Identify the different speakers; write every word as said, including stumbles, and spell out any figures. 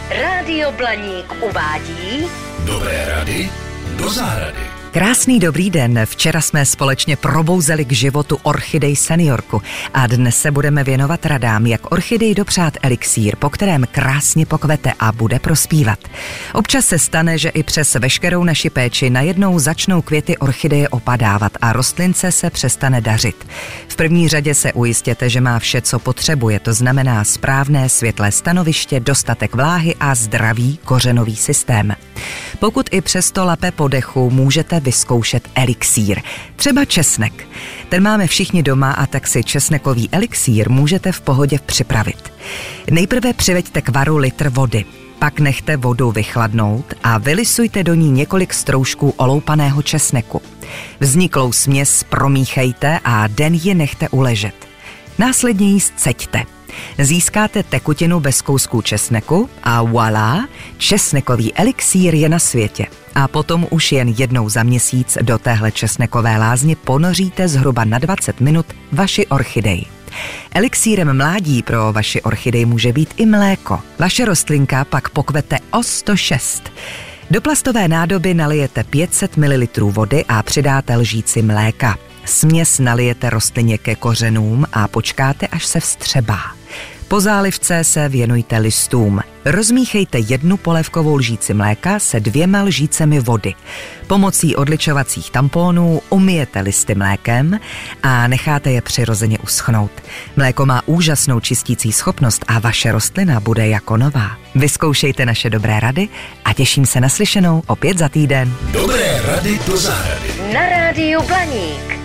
Speaker 1: Rádio Blaník uvádí
Speaker 2: Dobré rady do zahrady.
Speaker 3: Krásný dobrý den, včera jsme společně probouzeli k životu orchidej seniorku a dnes se budeme věnovat radám, jak orchidej dopřát elixír, po kterém krásně pokvete a bude prospívat. Občas se stane, že i přes veškerou naši péči najednou začnou květy orchideje opadávat a rostlince se přestane dařit. V první řadě se ujistěte, že má vše, co potřebuje, to znamená správné světlé stanoviště, dostatek vláhy a zdravý kořenový systém. Pokud i přesto lape po dechu, můžete vyzkoušet elixír, třeba česnek. Ten máme všichni doma a tak si česnekový elixír můžete v pohodě připravit. Nejprve přiveďte k varu litr vody, pak nechte vodu vychladnout a vylisujte do ní několik stroužků oloupaného česneku. Vzniklou směs promíchejte a den ji nechte uležet. Následně ji sceďte. Získáte tekutinu bez kousků česneku a voilà, česnekový elixír je na světě. A potom už jen jednou za měsíc do téhle česnekové lázně ponoříte zhruba na dvacet minut vaši orchidej. Elixírem mládí pro vaši orchidej může být i mléko. Vaše rostlinka pak pokvete o sto šest. Do plastové nádoby nalijete pět set mililitrů vody a přidáte lžíci mléka. Směs nalijete rostlině ke kořenům a počkáte, až se vstřebá. Po zálivce se věnujte listům. Rozmíchejte jednu polévkovou lžíci mléka se dvěma lžícemi vody. Pomocí odličovacích tamponů umyjete listy mlékem a necháte je přirozeně uschnout. Mléko má úžasnou čistící schopnost a vaše rostlina bude jako nová. Vyzkoušejte naše dobré rady a těším se na slyšenou opět za týden.
Speaker 2: Dobré rady do zahrady.
Speaker 1: na Rádiu Blaník.